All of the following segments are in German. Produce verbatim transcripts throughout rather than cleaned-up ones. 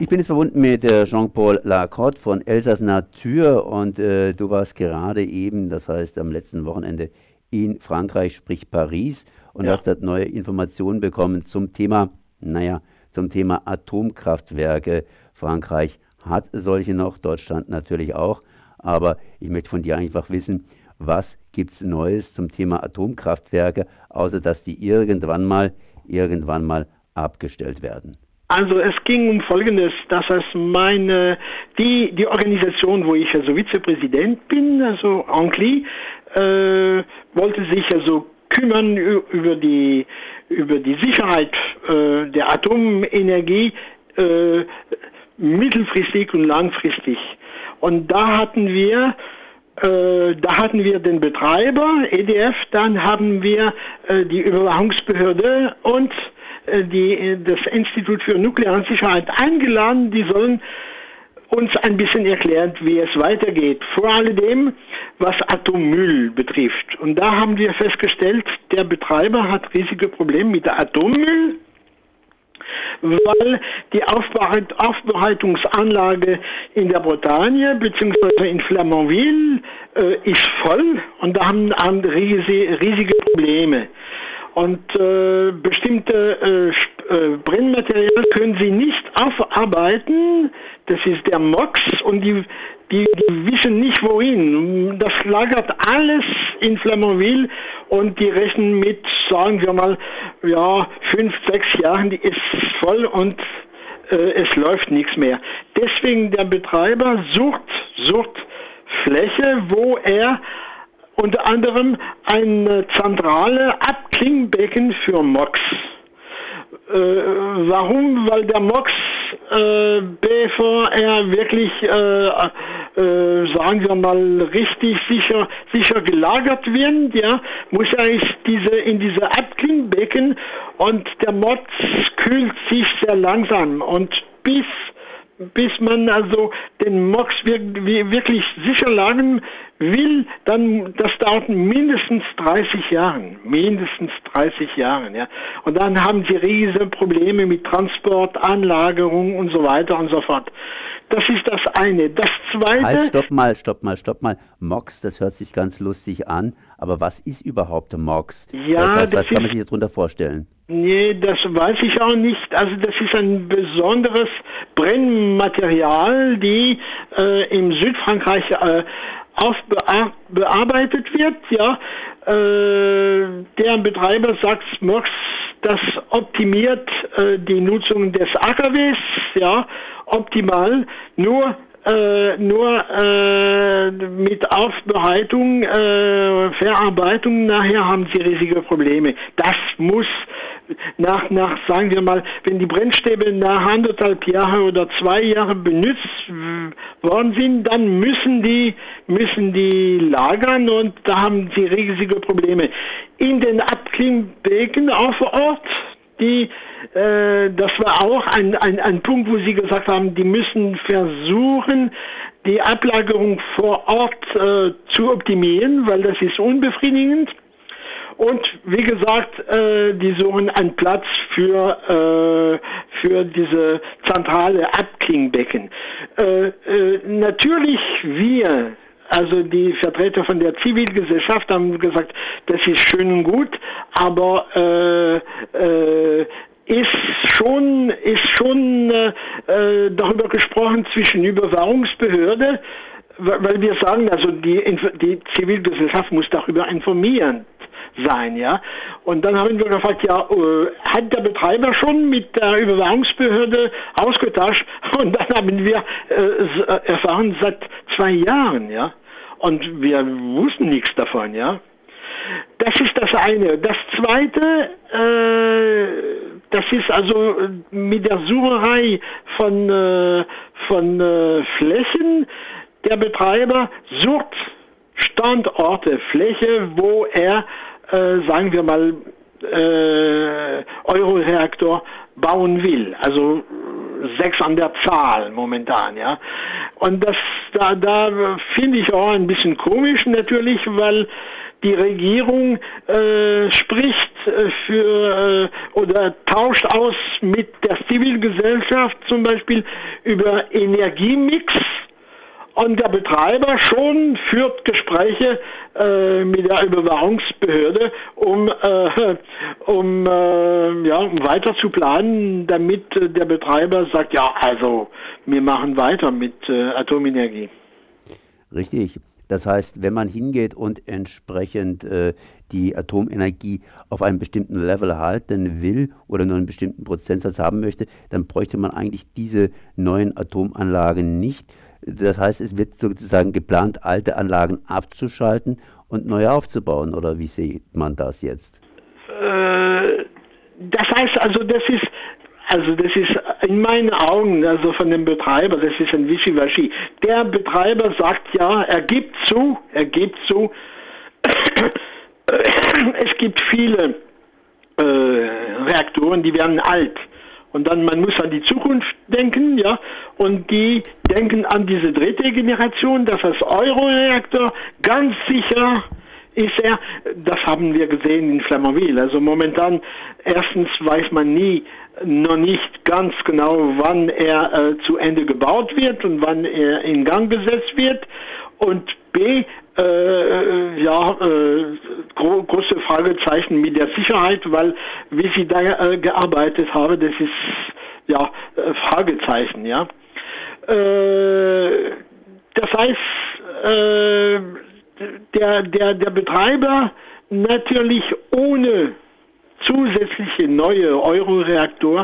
Ich bin jetzt verbunden mit äh, Jean-Paul Lacotte von Elsass Natur und äh, du warst gerade eben, das heißt am letzten Wochenende in Frankreich, sprich Paris, und ja. hast dort neue Informationen bekommen zum Thema, naja, zum Thema Atomkraftwerke. Frankreich hat solche noch, Deutschland natürlich auch, aber ich möchte von dir einfach wissen, was gibt es Neues zum Thema Atomkraftwerke, außer dass die irgendwann mal, irgendwann mal abgestellt werden? Also es ging um Folgendes, dass es meine, die, die Organisation, wo ich also Vizepräsident bin, also Ancli, äh, wollte sich also kümmern über die, über die Sicherheit äh, der Atomenergie äh, mittelfristig und langfristig. Und da hatten wir Äh, da hatten wir den Betreiber, E D F, dann haben wir äh, die Überwachungsbehörde und äh, die, das Institut für nukleare Sicherheit eingeladen. Die sollen uns ein bisschen erklären, wie es weitergeht. Vor allem, was Atommüll betrifft. Und da haben wir festgestellt, der Betreiber hat riesige Probleme mit der Atommüll, weil die Aufbereit- Aufbereitungsanlage in der Bretagne bzw. in Flamanville äh, ist voll und da haben, haben riesige, riesige Probleme. Und äh, bestimmte äh, äh, Brennmaterial können sie nicht aufarbeiten, das ist der M O X, und die, die, die wissen nicht wohin. Das lagert alles in Flamanville und die rechnen mit, sagen wir mal, ja, fünf, sechs Jahren, die ist voll und äh, es läuft nichts mehr. Deswegen der Betreiber sucht, sucht Fläche, wo er unter anderem ein zentrale Abklingbecken für M O X. Äh, warum? Weil der M O X, äh, bevor er wirklich, äh, äh, sagen wir mal, richtig sicher, sicher gelagert wird, ja, muss er diese, in diese Abklingbecken, und der M O X kühlt sich sehr langsam, und bis bis man also den M O X wirklich sicher lagern will, dann, das dauert mindestens dreißig Jahre, mindestens dreißig Jahre, ja. Und dann haben sie riesige Probleme mit Transport, Anlagerung und so weiter und so fort. Das ist das eine. Das zweite... Halt, stopp mal, stopp mal, stopp mal. M O X, das hört sich ganz lustig an, aber was ist überhaupt M O X? Ja, das heißt, das was kann man ist, sich darunter vorstellen? Nee, das weiß ich auch nicht. Also das ist ein besonderes Brennmaterial, die äh, im Südfrankreich äh, aufbearbeitet wird, ja. Äh, der Betreiber sagt, M O X, das optimiert äh, die Nutzung des A K Ws, ja, optimal, nur Äh, nur äh, mit Aufbereitung, äh, Verarbeitung, nachher haben sie riesige Probleme. Das muss nach, nach, sagen wir mal, wenn die Brennstäbe nach anderthalb Jahre oder zwei Jahre benutzt worden sind, dann müssen die, müssen die lagern, und da haben sie riesige Probleme. In den Abklingbecken auch vor Ort, die äh, das war auch ein, ein, ein Punkt, wo Sie gesagt haben, die müssen versuchen, die Ablagerung vor Ort äh, zu optimieren, weil das ist unbefriedigend. Und wie gesagt, äh, die suchen einen Platz für, äh, für diese zentrale Abklingbecken. Äh, äh, natürlich wir, also die Vertreter von der Zivilgesellschaft, haben gesagt, das ist schön und gut, aber äh, äh, ist schon, ist schon äh, darüber gesprochen zwischen Überwachungsbehörde, weil wir sagen, also die, die Zivilgesellschaft muss darüber informieren sein, ja. Und dann haben wir gefragt, ja, äh, hat der Betreiber schon mit der Überwachungsbehörde ausgetauscht? Und dann haben wir äh, erfahren, seit zwei Jahren, ja. Und wir wussten nichts davon, ja. Das ist das eine. Das zweite, äh, das ist also mit der Sucherei von, äh, von äh, Flächen. Der Betreiber sucht Standorte, Fläche, wo er, äh, sagen wir mal, äh, Euroreaktor bauen will. Also sechs an der Zahl momentan, ja. Und das, da, da finde ich auch ein bisschen komisch natürlich, weil die Regierung äh, spricht äh, für äh, oder tauscht aus mit der Zivilgesellschaft zum Beispiel über Energiemix. Und der Betreiber schon führt Gespräche äh, mit der Überwachungsbehörde, um, äh, um, äh, ja, um weiter zu planen, damit äh, der Betreiber sagt, ja, also wir machen weiter mit äh, Atomenergie. Richtig. Das heißt, wenn man hingeht und entsprechend äh, die Atomenergie auf einem bestimmten Level halten will oder nur einen bestimmten Prozentsatz haben möchte, dann bräuchte man eigentlich diese neuen Atomanlagen nicht. Das heißt, es wird sozusagen geplant, alte Anlagen abzuschalten und neue aufzubauen. Oder wie sieht man das jetzt? Äh, das heißt also, das ist Also das ist in meinen Augen, also von dem Betreiber, das ist ein Wischiwaschi. Der Betreiber sagt ja, er gibt zu, er gibt zu, es gibt viele äh, Reaktoren, die werden alt. Und dann, man muss an die Zukunft denken, ja, und die denken an diese dritte Generation, dass das Euro-Reaktor ganz sicher ist er, das haben wir gesehen in Flamanville. Also momentan, erstens weiß man nie, noch nicht ganz genau, wann er äh, zu Ende gebaut wird und wann er in Gang gesetzt wird. Und B, äh, ja, äh, gro- große Fragezeichen mit der Sicherheit, weil wie sie da äh, gearbeitet haben, das ist ja äh, Fragezeichen, ja. Äh, das heißt, äh, der, der, der Betreiber natürlich ohne zusätzliche neue Euro-Reaktor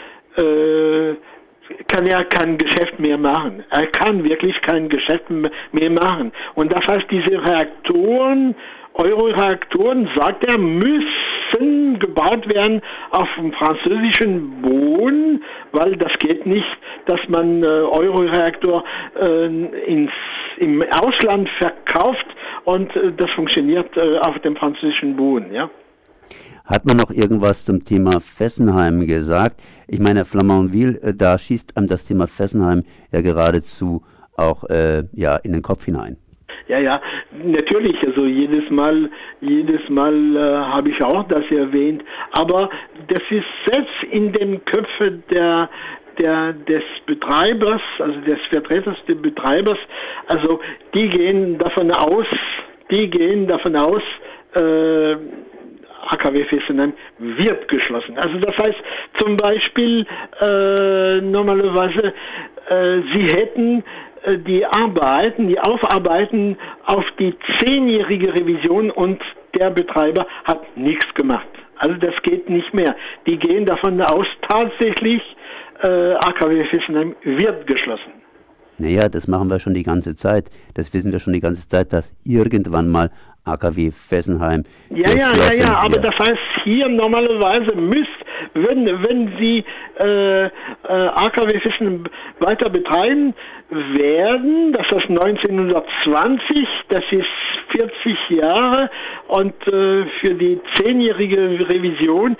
äh, kann er kein Geschäft mehr machen. Er kann wirklich kein Geschäft mehr machen. Und das heißt, diese Reaktoren, Euro-Reaktoren, sagt er, müssen gebaut werden auf dem französischen Boden, weil das geht nicht, dass man äh, Euro-Reaktor äh, ins, im Ausland verkauft und äh, das funktioniert äh, auf dem französischen Boden, ja. Hat man noch irgendwas zum Thema Fessenheim gesagt? Ich meine, Flamanville, da schießt einem das Thema Fessenheim ja geradezu auch äh, ja, in den Kopf hinein. Ja, ja, natürlich, also jedes Mal, jedes Mal äh, habe ich auch das erwähnt, aber das ist selbst in den Köpfen der, der, des Betreibers, also des Vertreters des Betreibers, also die gehen davon aus, die gehen davon aus, äh, A K W Fessenheim wird geschlossen. Also das heißt zum Beispiel äh, normalerweise äh, sie hätten äh, die Arbeiten, die Aufarbeiten auf die zehnjährige Revision und der Betreiber hat nichts gemacht. Also das geht nicht mehr. Die gehen davon aus, tatsächlich äh, A K W Fessenheim wird geschlossen. Naja, das machen wir schon die ganze Zeit. Das wissen wir schon die ganze Zeit, dass irgendwann mal A K W Fessenheim. Ja, ja, ja, ja, aber das heißt hier normalerweise müsst, wenn, wenn Sie äh, äh, A K W Fessenheim weiter betreiben werden, das ist neunzehnhundertzwanzig, das ist vierzig Jahre und äh, für die zehnjährige Revision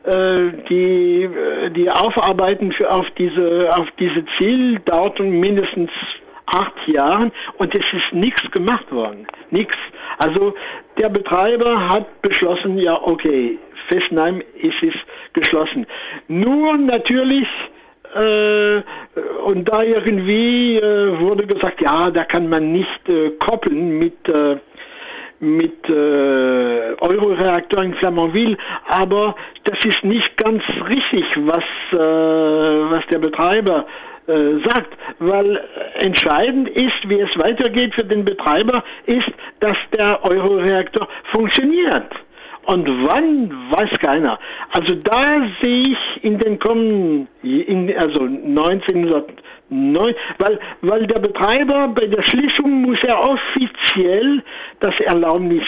die die Aufarbeiten für auf diese auf diese Ziel dauert mindestens acht Jahren und es ist nichts gemacht worden, nichts. Also der Betreiber hat beschlossen, ja okay, Fessenheim ist es geschlossen. Nur natürlich äh, und da irgendwie äh, wurde gesagt, ja, da kann man nicht äh, koppeln mit äh, mit äh, Euro-Reaktor in Flamanville, aber das ist nicht ganz richtig, was, äh, was der Betreiber äh, sagt, weil entscheidend ist, wie es weitergeht für den Betreiber, ist, dass der Euro-Reaktor funktioniert. Und wann, weiß keiner. Also da sehe ich in den kommenden, in, also neunzehnhundertneun, weil, weil der Betreiber bei der Schließung muss er offiziell das Erlaubnis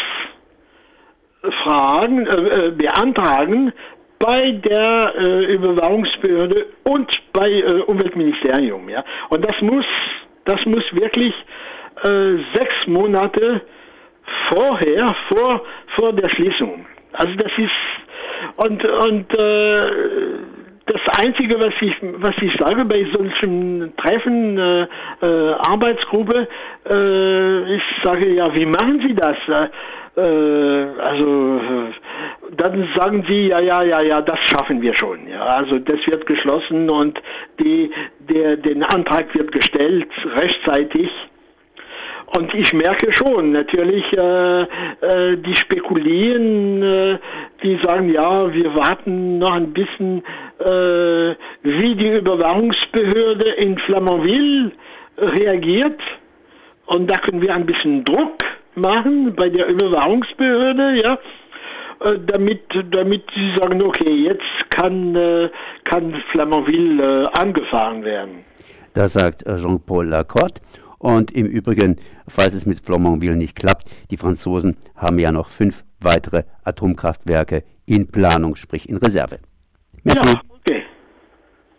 fragen, äh, beantragen bei der äh, Überwachungsbehörde und bei äh, Umweltministerium. Ja. Und das muss, das muss wirklich äh, sechs Monate vorher, vor, vor der Schließung. Also das ist, und, und äh, das Einzige, was ich, was ich sage bei solchen Treffen, äh, äh, Arbeitsgruppe, äh, ich sage, ja, wie machen Sie das? Äh, also, äh, dann sagen Sie, ja, ja, ja, ja, das schaffen wir schon. Ja, also, das wird geschlossen und die, der, den Antrag wird gestellt rechtzeitig. Und ich merke schon, natürlich, äh, äh, die spekulieren, äh, die sagen, ja, wir warten noch ein bisschen, äh, wie die Überwachungsbehörde in Flamanville reagiert. Und da können wir ein bisschen Druck machen bei der Überwachungsbehörde, ja, äh, damit, damit sie sagen, okay, jetzt kann, äh, kann Flamanville äh, angefahren werden. Das sagt Jean-Paul Lacote. Und im Übrigen, falls es mit Flamanville nicht klappt, die Franzosen haben ja noch fünf weitere Atomkraftwerke in Planung, sprich in Reserve. Merci. Ja.